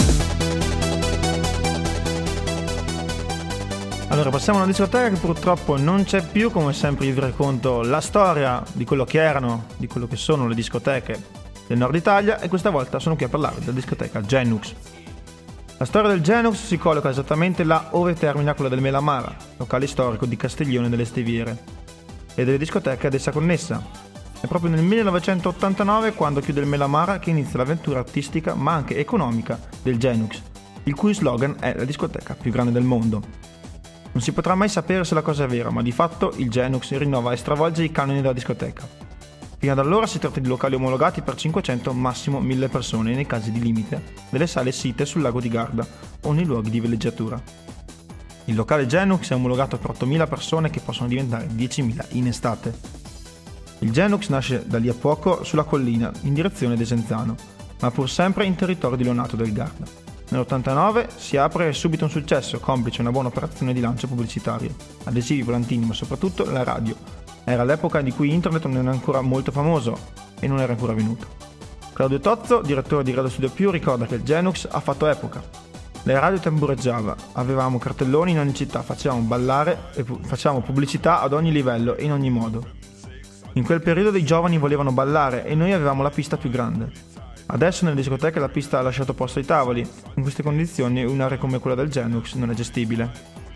Allora, passiamo a una discoteca che purtroppo non c'è più. Come sempre vi racconto la storia di quello che erano, di quello che sono le discoteche del nord Italia, e questa volta sono qui a parlare della discoteca Genux. La storia del Genux si colloca esattamente là ove termina quella del Melamara, locale storico di Castiglione delle Stiviere, e delle discoteche ad essa connessa. È proprio nel 1989, quando chiude il Melamara, che inizia l'avventura artistica ma anche economica del Genux, il cui slogan è la discoteca più grande del mondo. Non si potrà mai sapere se la cosa è vera, ma di fatto il Genux rinnova e stravolge i canoni della discoteca. Fino ad allora si tratta di locali omologati per 500, massimo 1000 persone, nei casi di limite, delle sale site sul lago di Garda o nei luoghi di villeggiatura. Il locale Genux è omologato per 8000 persone, che possono diventare 10.000 in estate. Il Genux nasce da lì a poco sulla collina, in direzione Desenzano, ma pur sempre in territorio di Lonato del Garda. Nell'89 si apre subito un successo, complice una buona operazione di lancio pubblicitario, adesivi, volantini, ma soprattutto la radio. Era l'epoca di cui internet non era ancora molto famoso e non era ancora venuto. Claudio Tozzo, direttore di Radio Studio Più, ricorda che il Genux ha fatto epoca. La radio tambureggiava, avevamo cartelloni in ogni città, facevamo ballare e facevamo pubblicità ad ogni livello e in ogni modo. In quel periodo i giovani volevano ballare e noi avevamo la pista più grande. Adesso nelle discoteche la pista ha lasciato posto ai tavoli. In queste condizioni un'area come quella del Genux non è gestibile.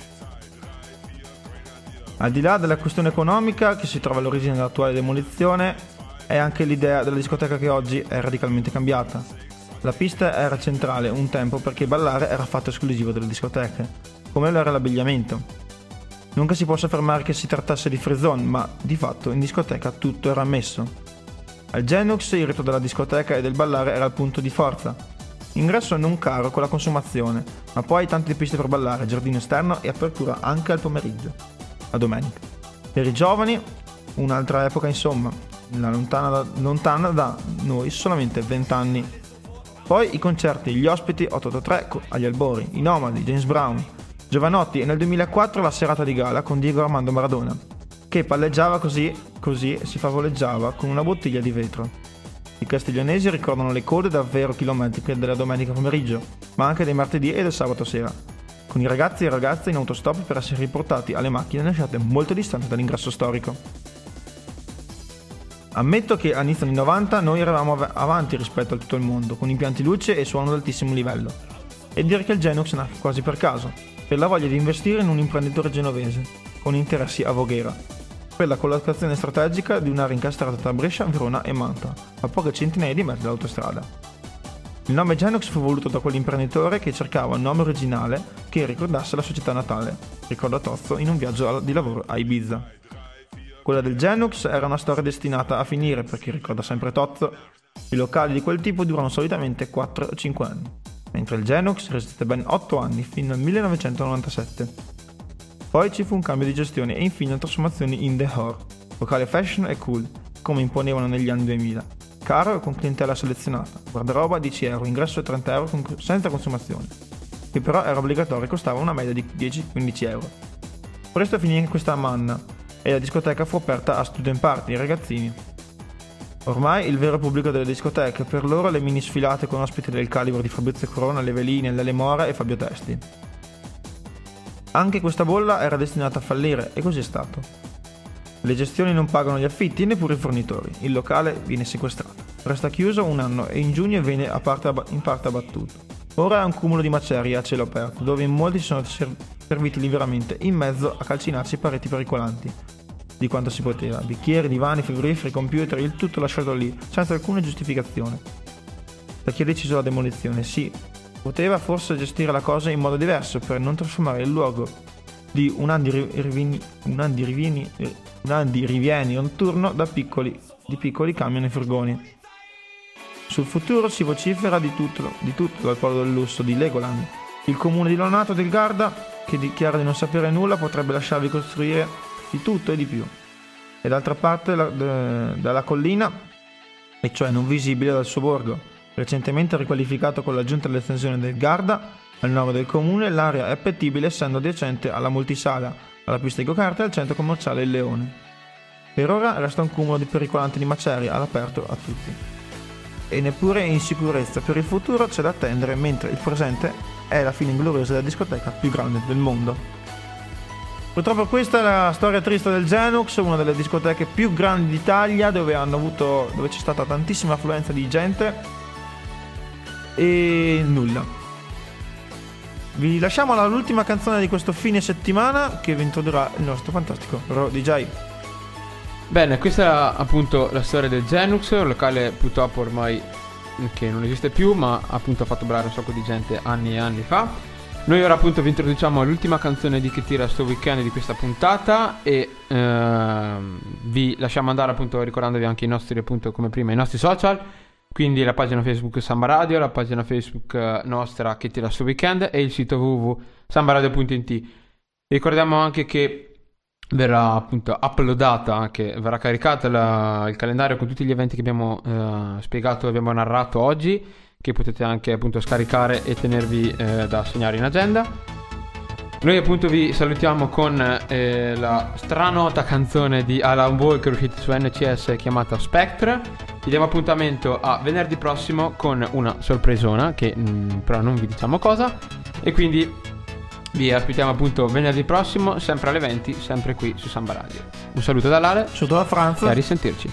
Al di là della questione economica, che si trova all'origine dell'attuale demolizione, è anche l'idea della discoteca che oggi è radicalmente cambiata. La pista era centrale un tempo perché ballare era fatto esclusivo delle discoteche, come lo era l'abbigliamento. Non che si possa affermare che si trattasse di free zone, ma di fatto in discoteca tutto era ammesso. Al Genux il rito della discoteca e del ballare era il punto di forza. Ingresso non caro con la consumazione, ma poi tante piste per ballare, giardino esterno e apertura anche al pomeriggio, a domenica. Per i giovani, un'altra epoca insomma, lontana da noi solamente 20 anni. Poi i concerti, gli ospiti 883 agli albori, i Nomadi, James Brown, Giovanotti e nel 2004 la serata di gala con Diego Armando Maradona, che palleggiava così si favoleggiava con una bottiglia di vetro. I castiglionesi ricordano le code davvero chilometriche della domenica pomeriggio, ma anche dei martedì e del sabato sera, con i ragazzi e ragazze in autostop per essere riportati alle macchine lasciate molto distanti dall'ingresso storico. Ammetto che all'inizio anni 90 noi eravamo avanti rispetto a tutto il mondo, con impianti luce e suono ad altissimo livello. E dire che il Genux nasce quasi per caso, per la voglia di investire in un imprenditore genovese, con interessi a Voghera, per la collocazione strategica di un'area incastrata tra Brescia, Verona e Manta, a poche centinaia di metri dall'autostrada. Il nome Genux fu voluto da quell'imprenditore che cercava un nome originale che ricordasse la sua città natale, ricorda Tozzo in un viaggio di lavoro a Ibiza. Quella del Genux era una storia destinata a finire perché, ricorda sempre Tozzo, i locali di quel tipo durano solitamente 4 o 5 anni, mentre il Genux resiste ben 8 anni fino al 1997. Poi ci fu un cambio di gestione e infine trasformazioni in The Whore, locale fashion e cool, come imponevano negli anni 2000. Caro e con clientela selezionata, guardaroba 10 euro, ingresso 30 euro senza consumazione, che però era obbligatorio e costava una media di 10-15 euro. Presto finì anche questa manna e la discoteca fu aperta a student party e ragazzini. Ormai il vero pubblico delle discoteche, per loro le mini sfilate con ospiti del calibro di Fabrizio Corona, Levelini, Lele Mora e Fabio Testi. Anche questa bolla era destinata a fallire e così è stato. Le gestioni non pagano gli affitti e neppure i fornitori, il locale viene sequestrato, resta chiuso un anno e in giugno viene in parte abbattuto. Ora è un cumulo di macerie a cielo aperto, dove in molti si sono serviti liberamente in mezzo a calcinarsi pareti pericolanti, di quanto si poteva, bicchieri, divani, frigoriferi, computer, il tutto lasciato lì, senza alcuna giustificazione. Da chi ha deciso la demolizione, sì, poteva forse gestire la cosa in modo diverso per non trasformare il luogo di un andirivieni notturno di piccoli camion e furgoni. Sul futuro si vocifera di tutto dal polo del lusso di Legoland, il comune di Lonato del Garda che dichiara di non sapere nulla potrebbe lasciarvi costruire di tutto e di più. E d'altra parte dalla collina, e cioè non visibile dal suo borgo, recentemente riqualificato con l'aggiunta dell'estensione del Garda al nord del comune, l'area è appetibile essendo adiacente alla multisala, alla pista di go-kart e al centro commerciale Il Leone. Per ora resta un cumulo di pericolanti di macerie all'aperto a tutti. E neppure in sicurezza per il futuro c'è da attendere, mentre il presente è la fine ingloriosa della discoteca più grande del mondo. Purtroppo questa è la storia triste del Genux, una delle discoteche più grandi d'Italia, dove c'è stata tantissima affluenza di gente e nulla. Vi lasciamo all'ultima canzone di questo fine settimana che vi introdurrà il nostro fantastico Ro DJ. Bene, questa era appunto la storia del Genux, un locale purtroppo ormai che non esiste più, ma appunto ha fatto ballare un sacco di gente anni e anni fa. Noi ora appunto vi introduciamo l'ultima canzone di Che Tira sto weekend di questa puntata e vi lasciamo andare appunto ricordandovi anche i nostri, appunto come prima, i nostri social, quindi la pagina Facebook Samba Radio, la pagina Facebook nostra Che Tira sto weekend e il sito www.sambaradio.it. Ricordiamo anche che verrà appunto uploadata, che verrà caricato il calendario con tutti gli eventi che abbiamo spiegato, abbiamo narrato oggi, che potete anche appunto scaricare e tenervi da segnare in agenda. Noi appunto vi salutiamo con la stranota canzone di Alan Walker uscita su NCS chiamata Spectre. Vi diamo appuntamento a venerdì prossimo con una sorpresona che però non vi diciamo cosa, e quindi vi aspettiamo appunto venerdì prossimo sempre alle 20, sempre qui su Samba Radio. Un saluto da Lale, saluto da Franz e a risentirci.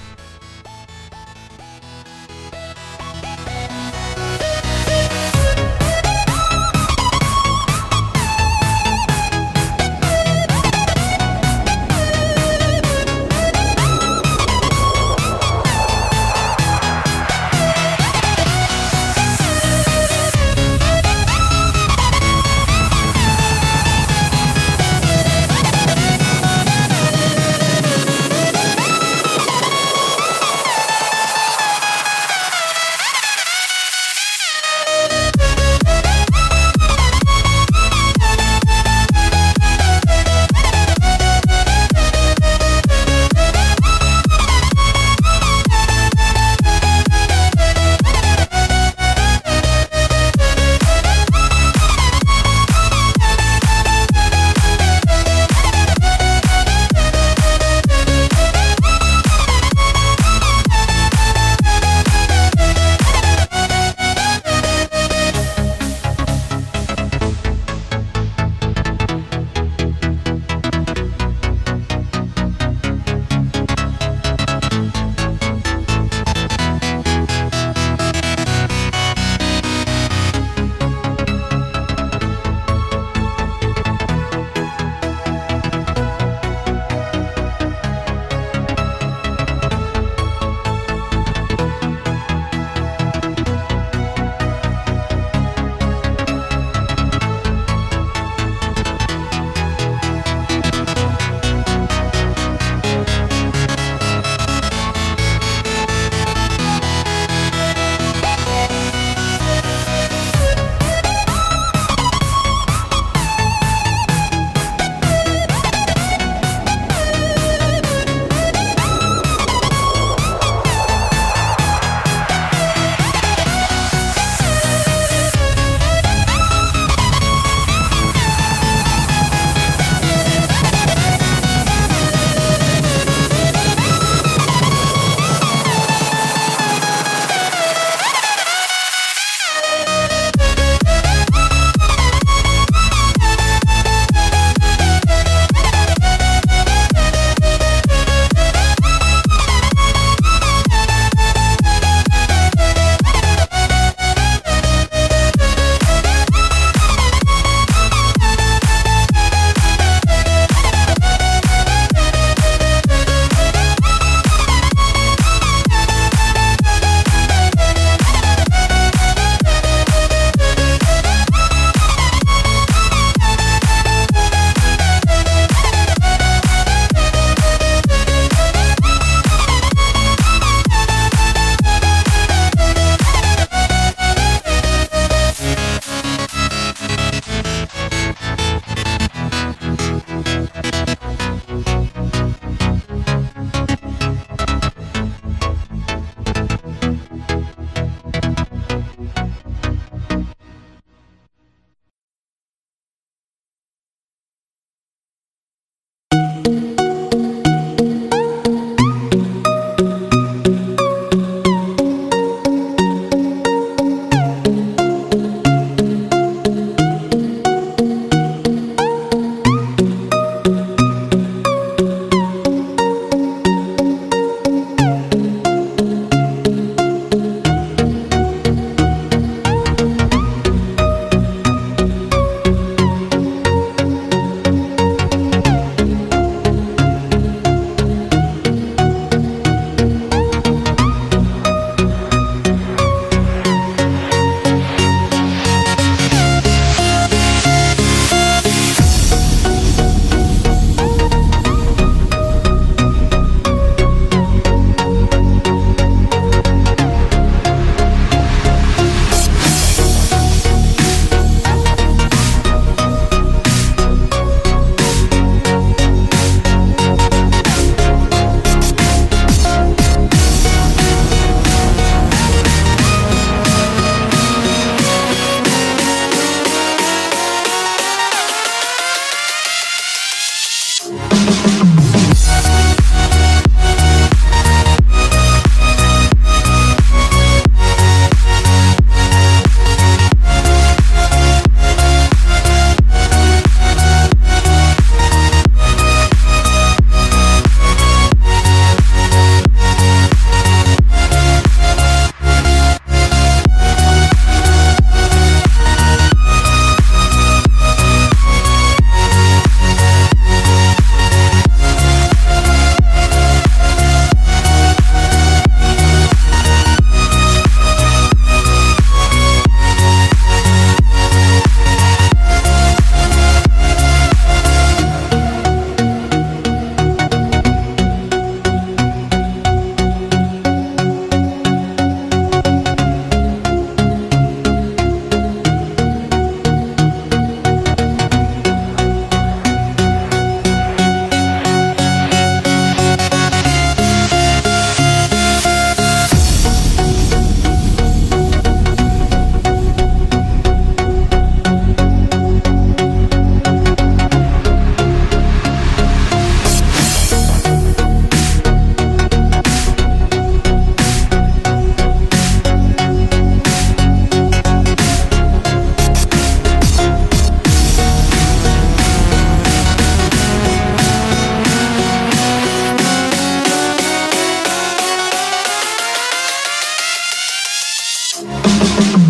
Thank